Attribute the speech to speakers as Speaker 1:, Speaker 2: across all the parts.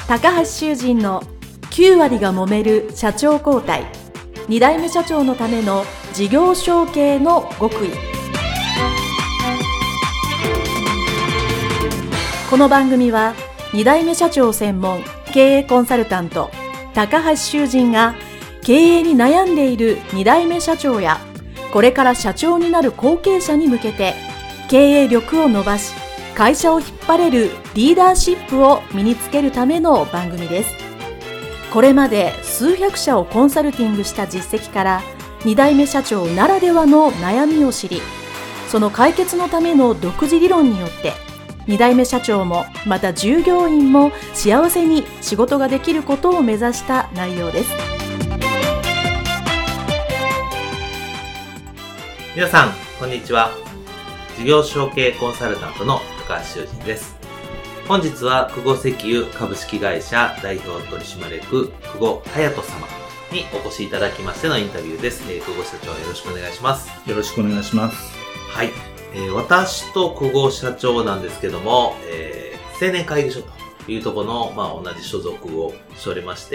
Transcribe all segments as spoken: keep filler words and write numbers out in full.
Speaker 1: 高橋修人のきゅう割が揉める社長交代、に代目社長のための事業承継の極意。この番組はに代目社長専門経営コンサルタント高橋修人が経営に悩んでいるに代目社長やこれから社長になる後継者に向けて経営力を伸ばし会社を引っ張れるリーダーシップを身につけるための番組です。これまで数百社をコンサルティングした実績からに代目社長ならではの悩みを知り、その解決のための独自理論によってに代目社長もまた従業員も幸せに仕事ができることを目指した内容です。
Speaker 2: 皆さんこんにちは。事業承継コンサルタントの高橋修人です。本日は久保石油株式会社代表取締役久保隼人様にお越しいただきましてのインタビューです。えー、久保社長よろしくお願いします。
Speaker 3: よろしくお願いします。
Speaker 2: はい、えー、私と久保社長なんですけども、えー、青年会議所というところの、まあ、同じ所属をしておりまして、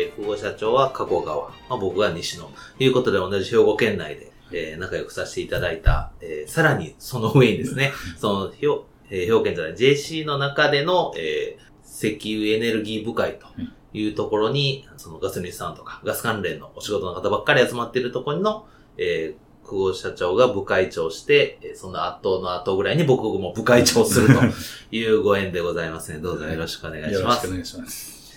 Speaker 2: えー、久保社長は加古川、まあ、僕が西野ということで同じ兵庫県内で、えー、仲良くさせていただいた、えー、さらにその上にですね、その兵、えー、兵庫県じゃない ジェーシー の中での、えー、石油エネルギー部会というところに、そのガソリンスタンドとかガス関連のお仕事の方ばっかり集まっているところの、えー、久保社長が部会長して、その後の後ぐらいに僕も部会長するというご縁でございますね。どうぞよろしくお願いします。
Speaker 3: よろしくお願いします。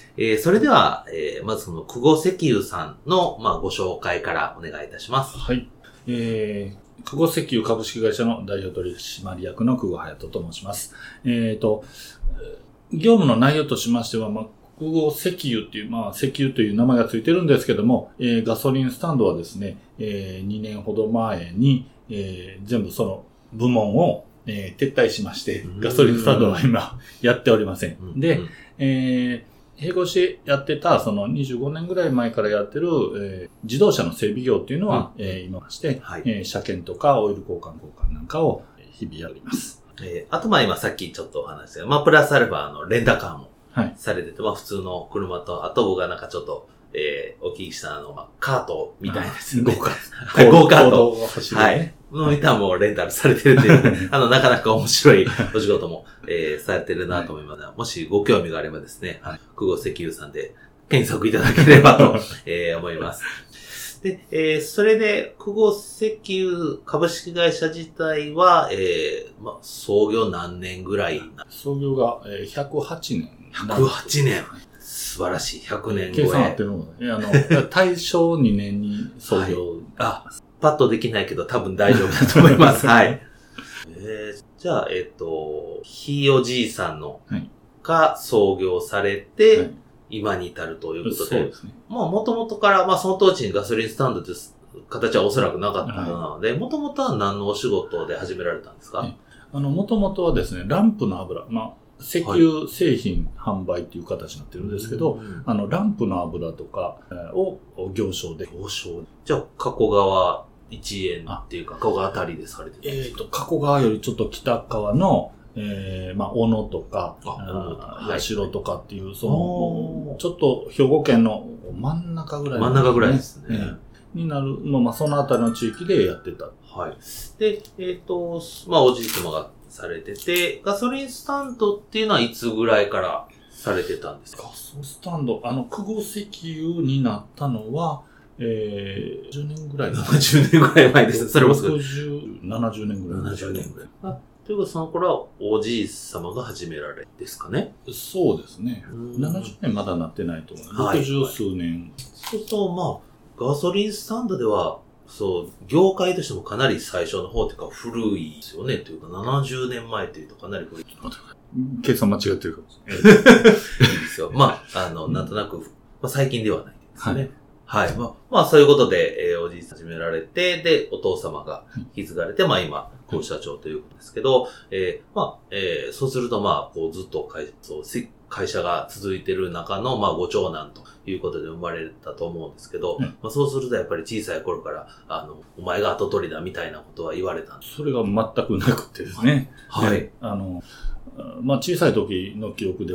Speaker 2: えー、それでは、えー、まずその久保石油さんの、まあ、ご紹介からお願いいたします。
Speaker 3: はい。えー、久保石油株式会社の代表取締役の久保隼人と申します。えっと、業務の内容としましては、まあ、久保石油っていう、まあ、石油という名前がついてるんですけども、えー、ガソリンスタンドはですね、えー、にねんほど前に、えー、全部その部門を、えー、撤退しまして、ガソリンスタンドは今やっておりません。で、えー並行してやってた、そのにじゅうごねんぐらい前からやってる、えー、自動車の整備業っていうのは、うんえー、今まして、はいえー、車検とかオイル交換交換なんかを日々やります。
Speaker 2: えー、あとまあ今さっきちょっとお話したまあプラスアルファのレンタカーもされてて、はい、まあ普通の車と、あと僕がなんかちょっと、えー、お聞きしたあの、まあカートみたいなですね。
Speaker 3: ゴーカート。
Speaker 2: ゴーカート。
Speaker 3: を走るね。
Speaker 2: はい。の見たもレンタルされてるっていう、あの、なかなか面白いお仕事も、えー、されてるなと思います、はい。もしご興味があればですね、はい、久保石油さんで検索いただければと、えー、思います。で、えー、それで、久保石油株式会社自体は、えー、まあ、創業何年ぐらいな
Speaker 3: 創業が、えー、ひゃくはちねん。
Speaker 2: ひゃくはちねん。素晴らしい。ひゃくねん超え。
Speaker 3: 計算合ってるのね。あの、大正にねんに創業。はい、
Speaker 2: あ、パッとできないけど多分大丈夫だと思います。はい。えー、じゃあ、えっ、ー、と、ひいおじいさんの、が創業されて、はい、今に至るということで。
Speaker 3: そうですね。
Speaker 2: まあ、もともとから、まあ、その当時にガソリンスタンドという形はおそらくなかったので、もともとは何のお仕事で始められたんですか？はい、
Speaker 3: あの、もともとはですね、ランプの油、まあ、石油製品販売っていう形になってるんですけど、はい、あの、ランプの油とかを行商で。
Speaker 2: 行商じゃあ、加古川一円っていうか、加古川あたりでされてたんですか？
Speaker 3: えっと、加古川よりちょっと北側の、えー、まあ、小野とか、八代とかっていう、その、ちょっと兵庫県の真ん中ぐらい、
Speaker 2: ね。真ん中ぐらいですね。
Speaker 3: ねになるの、まあ、そのあたりの地域でやってた。
Speaker 2: はい。で、えっと、まあ、おじい様がされてて、ガソリンスタンドっていうのはいつぐらいからされてたんですか？
Speaker 3: ガソスタンド、あの、久保石油になったのは、えー、じゅうねんぐらい。
Speaker 2: ななじゅうねんぐらい前です。それもすごい。
Speaker 3: ろくじゅう、ななじゅうねんぐらい。
Speaker 2: ななじゅうねんぐらい。あ、ということでその頃はおじい様が始められですかね？
Speaker 3: そうですね。ななじゅうねんまだなってないと思う。ろくじゅう数年。
Speaker 2: そうそう、まあ、ガソリンスタンドでは、そう、業界としてもかなり最初の方っていうか古いですよね。というか、ななじゅうねんまえというとかなり古い。
Speaker 3: 計算間違ってるかもしれ
Speaker 2: ない。いいですよ。まあ、あの、なんとなく、まあ、最近ではないですね。はい。はい。まあ、まあ、そういうことで、えー、おじいさん始められて、で、お父様が引き継がれて、はい、まあ今、副社長ということですけど、えー、まあ、えー、そうすると、まあ、こう、ずっと会、そう、会社が続いている中の、まあ、ご長男ということで生まれたと思うんですけど、うん、まあ、そうするとやっぱり小さい頃から、あの、お前が後取りだみたいなことは言われたんです。
Speaker 3: それが全くなくてですね。
Speaker 2: はい。
Speaker 3: あの、まあ、小さい時の記憶では、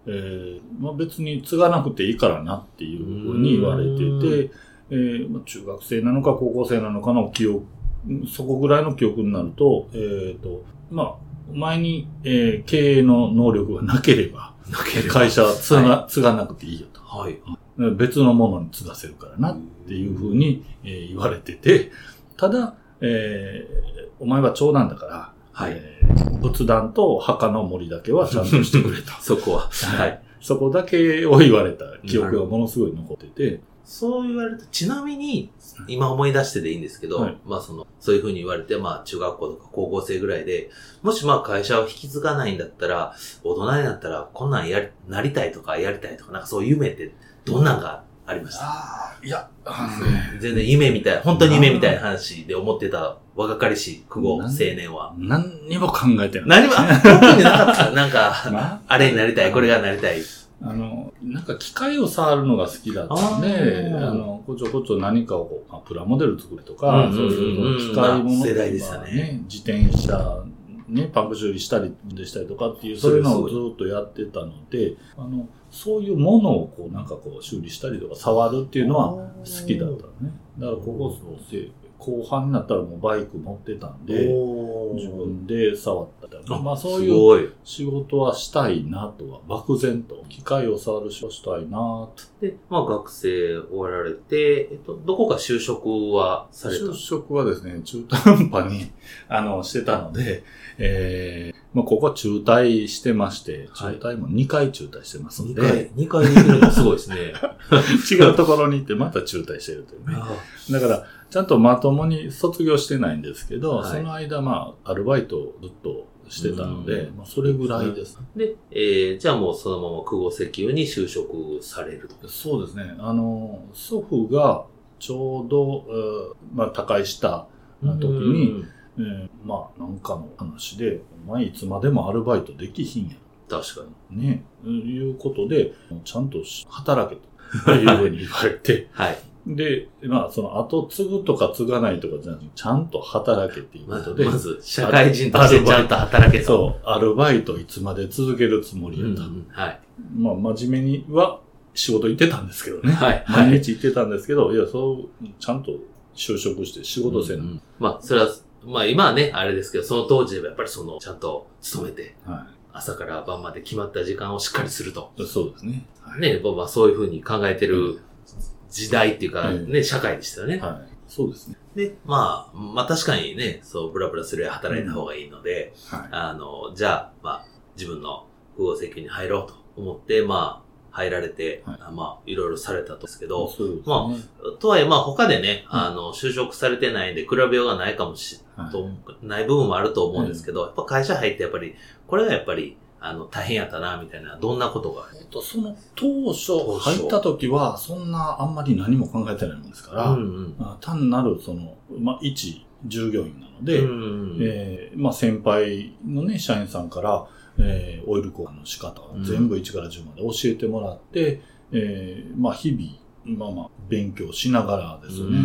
Speaker 3: えーまあ、別に継がなくていいからなっていうふうに言われてて、えーまあ、中学生なのか高校生なのかの記憶、そこぐらいの記憶になると、えっと、まあ、前に、えー、経営の能力がなければ、
Speaker 2: なければ
Speaker 3: 会社は継が、はい、継がなくていいよと。
Speaker 2: はい。
Speaker 3: 別のものに継がせるからなっていうふうに、えー、言われてて、ただ、えー、お前は長男だから、はいえー、仏壇と墓の森だけはちゃんとしてくれと。
Speaker 2: そこは。
Speaker 3: はい。そこだけを言われた記憶がものすごい残ってて。
Speaker 2: そう言われると、ちなみに、今思い出してでいいんですけど、はい、まあその、そういうふうに言われて、まあ中学校とか高校生ぐらいで、もしまあ会社を引き継がないんだったら、大人になったらこんなんやり、なりたいとかやりたいとか、なんかそういう夢ってどんなんがありました？
Speaker 3: ああ、いや、
Speaker 2: 全然夢みたい、本当に夢みたいな話で思ってた若かりし久保青年は。
Speaker 3: 何にも考えてない。
Speaker 2: 何も、特になかった。なんか、あれになりたい、これがなりたい。
Speaker 3: あの、なんか機械を触るのが好きだったんで、あの、こちょこちょ何かをこう、まあ、プラモデル作るとか、そういう機械ものとか、
Speaker 2: 世代でしたね。
Speaker 3: 自転車、ね、パンク修理したりでしたりとかっていう、そういうのをずっとやってたので、あの、そういうものをこう、なんかこう、修理したりとか触るっていうのは好きだったのね。だからここ生、後半になったらもうバイク持ってたんで、自分で触ったり。まあそういう仕事はしたいなとは、漠然と機械を触る仕事したいなと。
Speaker 2: で、まあ学生終わられて、えっと、どこか就職はされた？
Speaker 3: 就職はですね、中途半端に、あの、してたので、えー、まあここは中退してまして、中退もにかい中退してますので。
Speaker 2: にかい、にかいできるのすごいですね。
Speaker 3: 違うところに行ってまた中退してるというね。だから、ちゃんとまともに卒業してないんですけど、はい、その間、まあ、アルバイトをずっとしてたので、まあ、それぐらいです。
Speaker 2: で、えー、じゃあもうそのまま久保石油に就職されると。
Speaker 3: そうですね。あの、祖父がちょうど、まあ、他界した時に、えー、まあ、なんかの話で、お前いつまでもアルバイトできひんやん。
Speaker 2: 確かに。
Speaker 3: ね。いうことで、ちゃんと働けというふうに言われて、
Speaker 2: はい。
Speaker 3: で、まあ、その後継ぐとか継がないとかじゃなくて、ちゃんと働けっていうことで。
Speaker 2: まず、社会人としてちゃんと働けと。
Speaker 3: そう、アルバイトいつまで続けるつもりやった。うんうん、はい。まあ、真面目には仕事行ってたんですけどね。はい。毎日行ってたんですけど、いや、そう、ちゃんと就職して仕事せな、うんうん。
Speaker 2: まあ、それは、まあ今はね、あれですけど、その当時でやっぱりその、ちゃんと勤めて、はい。朝から晩まで決まった時間をしっかりすると。
Speaker 3: そうですね。
Speaker 2: はい、ね、まあそういうふうに考えてる時代っていうか、ね、はい、社会でしたよね。
Speaker 3: はい。そうですね。
Speaker 2: で、まあ、まあ確かにね、そう、ブラブラするより働いた方がいいので、うん、はい。あの、じゃあ、まあ、自分の久保石油に入ろうと思って、まあ、入られて、はい、まあ、いろいろされたんですけど、そうですね、まあ、とはいえ、まあ、他でね、うん、あの、就職されてないんで、比べようがないかもし、はい、とない部分もあると思うんですけど、はい、やっぱ会社入ってやっぱり、これがやっぱり、あの、大変やったな、みたいな、どんなことが
Speaker 3: えっと、その当初、入った時は、そんなあんまり何も考えてないもんですから、うんうん、単なる、その、まあ、一従業員なので、うんうん、えー、まあ、先輩のね、社員さんから、えー、オイル交換の仕方を全部いちからじゅうまで教えてもらって、うん、えー、まあ、日々、まあまあ、勉強しながらですね。うんうん、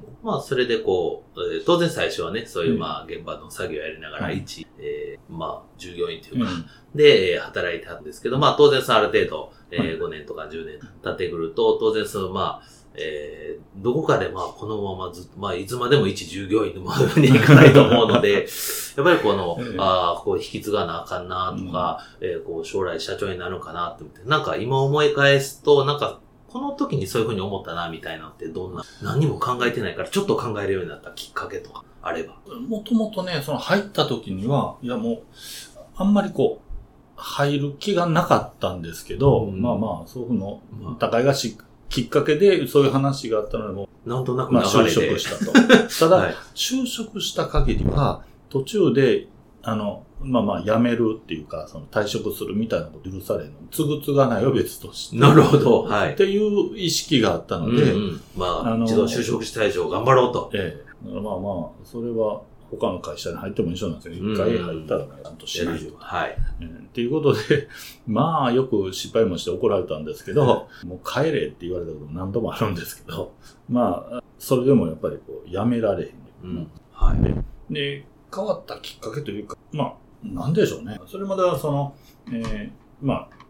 Speaker 2: まあ、それでこう、えー、当然最初はね、そういうまあ、現場の作業をやりながら、一、うん、えー、まあ、従業員というか、うん、で、えー、働いたんですけど、まあ、当然そのある程度、えー、ごねんとかじゅうねん経ってくると、当然そのまあ、えー、どこかでまあ、このままずっと、まあ、いつまでも一従業員でもにいかないと思うので、やっぱりこの、ああ、こう引き継がなあかんなとか、うん、えー、こう将来社長になるのかなって思って、なんか今思い返すと、なんか、この時にそういう風に思ったな、みたいなってどんな、何も考えてないから、ちょっと考えるようになったきっかけとかあれば。
Speaker 3: もともとね、その入った時には、いやもう、あんまりこう、入る気がなかったんですけど、うん、まあまあ、そういうの、高いがし、きっかけでそういう話があったので、も
Speaker 2: うなんとなく
Speaker 3: まあ就職したと。ただ、はい、就職した限りは、途中で、あの、まあまあ、辞めるっていうか、その退職するみたいなこと許されるの。継ぐ継がないは別として。
Speaker 2: なるほど。はい。
Speaker 3: っていう意識があったので、うんうん、
Speaker 2: まあ、あの一度就職した以上頑張ろうと。
Speaker 3: ええ。まあまあ、それは他の会社に入っても一緒なんですよ。一回入ったらちゃんとしないと。
Speaker 2: はい、
Speaker 3: えー。っていうことで、まあ、よく失敗もして怒られたんですけど、もう帰れって言われたこと何度もあるんですけど、まあ、それでもやっぱりこう、辞められへん。うん。はい。で、で変わったきっかけというか、まあ、なんでしょうね。それまではその、えー、まあ、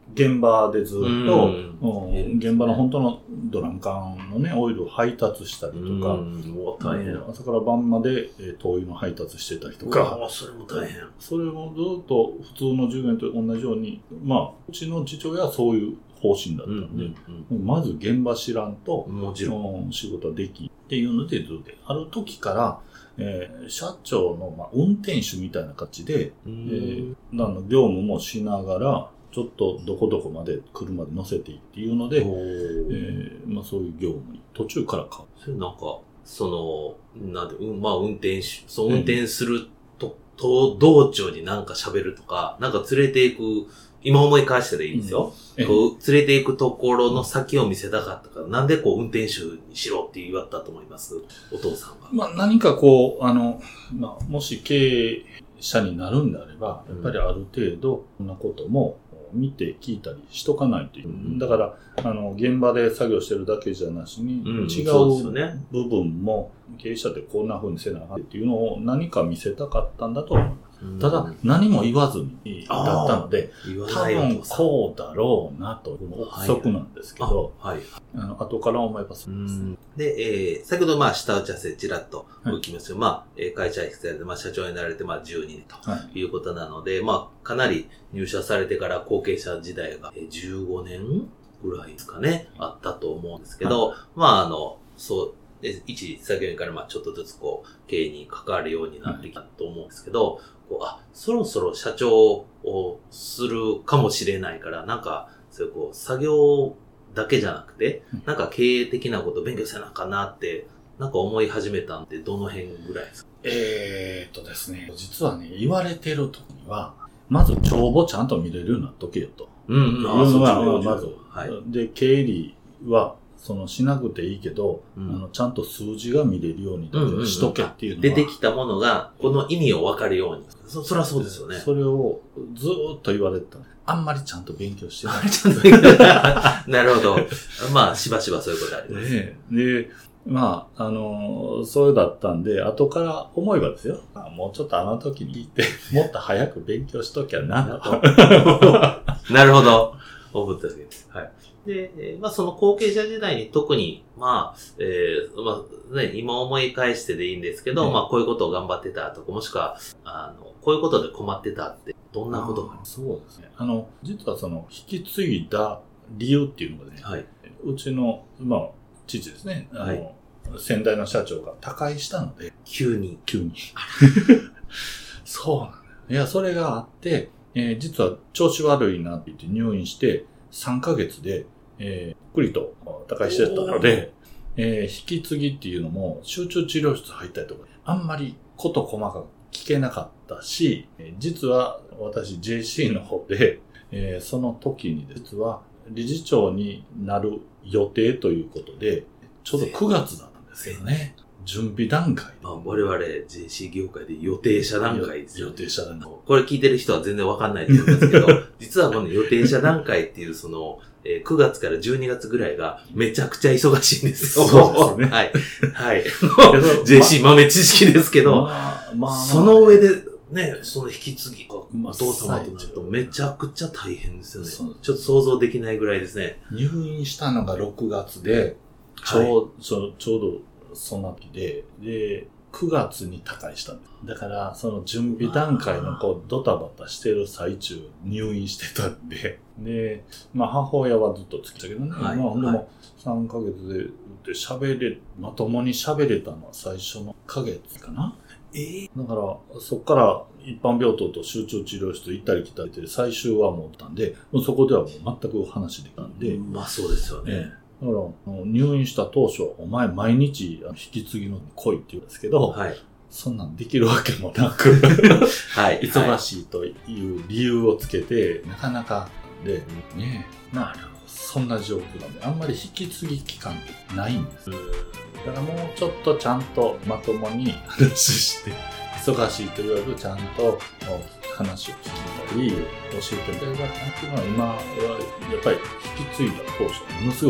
Speaker 3: 現場でずっと、
Speaker 2: うん
Speaker 3: うん現場の本当のドラム缶のね、オイルを配達したりとか、
Speaker 2: うんもう大変。
Speaker 3: 朝から晩まで、えー灯油の配達してたりとか、
Speaker 2: ああ、それも大変。
Speaker 3: それをずっと普通の従業員と同じように、まあ、うちの父親はそういう方針だったんで、
Speaker 2: うん
Speaker 3: まず現場知らんと、
Speaker 2: うん、もちろん。
Speaker 3: うん仕事はできんっていうのでずっと、ある時から、えー社長の、まあ、運転手みたいな形で、
Speaker 2: う
Speaker 3: え
Speaker 2: ん
Speaker 3: ーあの業務もしながら、ちょっとどこどこまで車で乗せていいっていうので、
Speaker 2: おー
Speaker 3: えーまあ、そういう業務に途中から変わ
Speaker 2: それなんか、その、なんで、うんまあ運転手、そう運転すると、と、道中になんか喋るとか、なんか連れていく、今思い返したらいいんですよ。
Speaker 3: る。
Speaker 2: こう連れていくところの先を見せたかったから、なんでこう運転手にしろって言われたと思いますお父さんが。
Speaker 3: まあ、何かこう、あの、まあ、もし経営者になるんであれば、やっぱりある程度、こんなことも見て聞いたりしとかないという。
Speaker 2: うん
Speaker 3: だから、あの、現場で作業してるだけじゃなしに、
Speaker 2: うん
Speaker 3: 違
Speaker 2: そうですよ
Speaker 3: う
Speaker 2: ね
Speaker 3: 部分も、経営者ってこんな風にせなあかんっていうのを何か見せたかったんだと思います。ただ、何も言わずにだったので、多
Speaker 2: 言わないお
Speaker 3: 分
Speaker 2: 父さん
Speaker 3: こうだろうなという憶測なんですけど、
Speaker 2: あはい。
Speaker 3: あの、後から思えばそうです。
Speaker 2: で、えー、先ほどまあ下打ち合わせちらっと浮きますけど、まあ、えー会社にされて、まあ社長になられてまあじゅうにねんと。
Speaker 3: はい。
Speaker 2: いうことなので、まあ、かなり入社されてから後継者時代がえーじゅうごねんぐらいですかね、あったと思うんですけど、まあ、あの、そう、で一作業員からまあちょっとずつこう、経営に関わるようになってきたと思うんですけど、こうあ、そろそろ社長をするかもしれないから、なんか、そういうこう、作業だけじゃなくて、なんか経営的なことを勉強せなあかんなって、なんか思い始めたんで、どの辺ぐらいですか？
Speaker 3: えーっとですね、実はね、言われてる時には、まず帳簿ちゃんと見れるようになっとけよと。
Speaker 2: うん
Speaker 3: いうのが、まあまず、
Speaker 2: はい。
Speaker 3: で、経理は、そのしなくていいけど、
Speaker 2: うん
Speaker 3: あのちゃんと数字が見れるようにだけしとけっていうのは、
Speaker 2: 出てきたものが、この意味を分かるように。そ、そりゃそうですよね。
Speaker 3: それをずーっと言われてた。あんまりちゃんと勉強してない。
Speaker 2: ちゃんとなるほど。まあ、しばしばそういうことあります。
Speaker 3: で、でまあ、あの、そうだったんで、後から思えばですよ。あもうちょっとあの時に聞いて、もっと早く勉強しときゃな、と。
Speaker 2: なるほど。思ったわけです。はい。で、えーまあその後継者時代に特に、まあ、えーまあね、今思い返してでいいんですけど、
Speaker 3: うん
Speaker 2: まあこういうことを頑張ってたとか、もしくは、あの、こういうことで困ってたって、どんなことがあります
Speaker 3: そうですね。あの、実はその、引き継いだ理由っていうのがね、
Speaker 2: か？はい。
Speaker 3: うちの、まあ、父ですね。あの、
Speaker 2: はい
Speaker 3: 先代の社長が他界したので、
Speaker 2: 急に。
Speaker 3: 急に。そうなんだよ。いや、それがあって、えー実は調子悪いなって言って入院して、さんかげつで、えー、ゆっくりと他界してたので、えー引き継ぎっていうのも集中治療室入ったりとか、あんまりこと細かく聞けなかったし、えー実は私 ジェーシー の方で、えーその時に実は理事長になる予定ということで、ちょうどくがつだったんですよね。準備段階で。
Speaker 2: まあ、我々 ジェーシー 業界で予定者段階ですよね。
Speaker 3: 予定者段階。
Speaker 2: これ聞いてる人は全然わかんないと思いますけど、実はこの予定者段階っていうその、えーくがつからじゅうにがつぐらいがめちゃくちゃ忙しいんですよ。
Speaker 3: そうですね
Speaker 2: はい。はい。ジェーシー 豆知識ですけど、
Speaker 3: まあまあ、
Speaker 2: その上でね、その引き継ぎが、
Speaker 3: まあ
Speaker 2: お父様となるとめちゃくちゃ大変ですよね。
Speaker 3: そう
Speaker 2: ちょっと想像できないぐらいですね。
Speaker 3: 入院したのがろくがつで、ちょう、ちょちょうどそんな時で、で、くがつに他界したんです。だから、その準備段階のこう、ドタバタしてる最中、入院してたんで、で、まあ母親はずっとつきたけどね、
Speaker 2: はい
Speaker 3: まあで
Speaker 2: はい
Speaker 3: もさんかげつで、で喋れ、まともに喋れたのは最初のかげつかな。
Speaker 2: ええ
Speaker 3: だから、そこから一般病棟と集中治療室行ったり来たりで、最終はもうったんで、もうそこではもう全く話できたんで、
Speaker 2: まあそうですよね。
Speaker 3: ええだから、あの入院した当初は、お前毎日あの引き継ぎの来いって言うんですけど、
Speaker 2: はい。
Speaker 3: そんなんできるわけもなく、
Speaker 2: はい。
Speaker 3: 忙
Speaker 2: い。
Speaker 3: しいという理由をつけて、なかなかで、ねえ、まあ、そんな状況なんで、あんまり引き継ぎ期間ってないんです。だからもうちょっとちゃんとまともに話して、忙しいと言われるとちゃんと話を聞きたり、教えてもらえばなっていうのは今はやっぱり引き継いだ当初はものすごいね、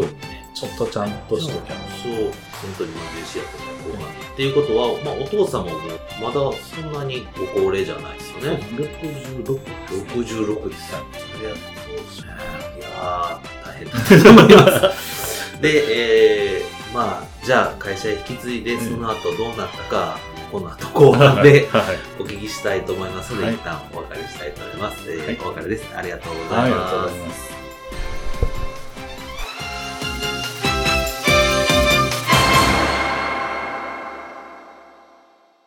Speaker 3: ちょっとちゃんとしときゃ。
Speaker 2: そう、本当に嬉しいやと思う。後半に。っていうことは、まあ、お父様もまだそんなにご高齢じゃないですよね。
Speaker 3: ろくじゅうろく。
Speaker 2: ろくじゅうろくです。それはそうですね。いやー、大変だと思います。で、えー、まあ、じゃあ会社引き継いで、その後どうなったか、この後後半でお聞きしたいと思いますので、はい、一旦お別れしたいと思います。はい、えー、お別れです。ありがとうございます。
Speaker 3: はい、ありがとうございます。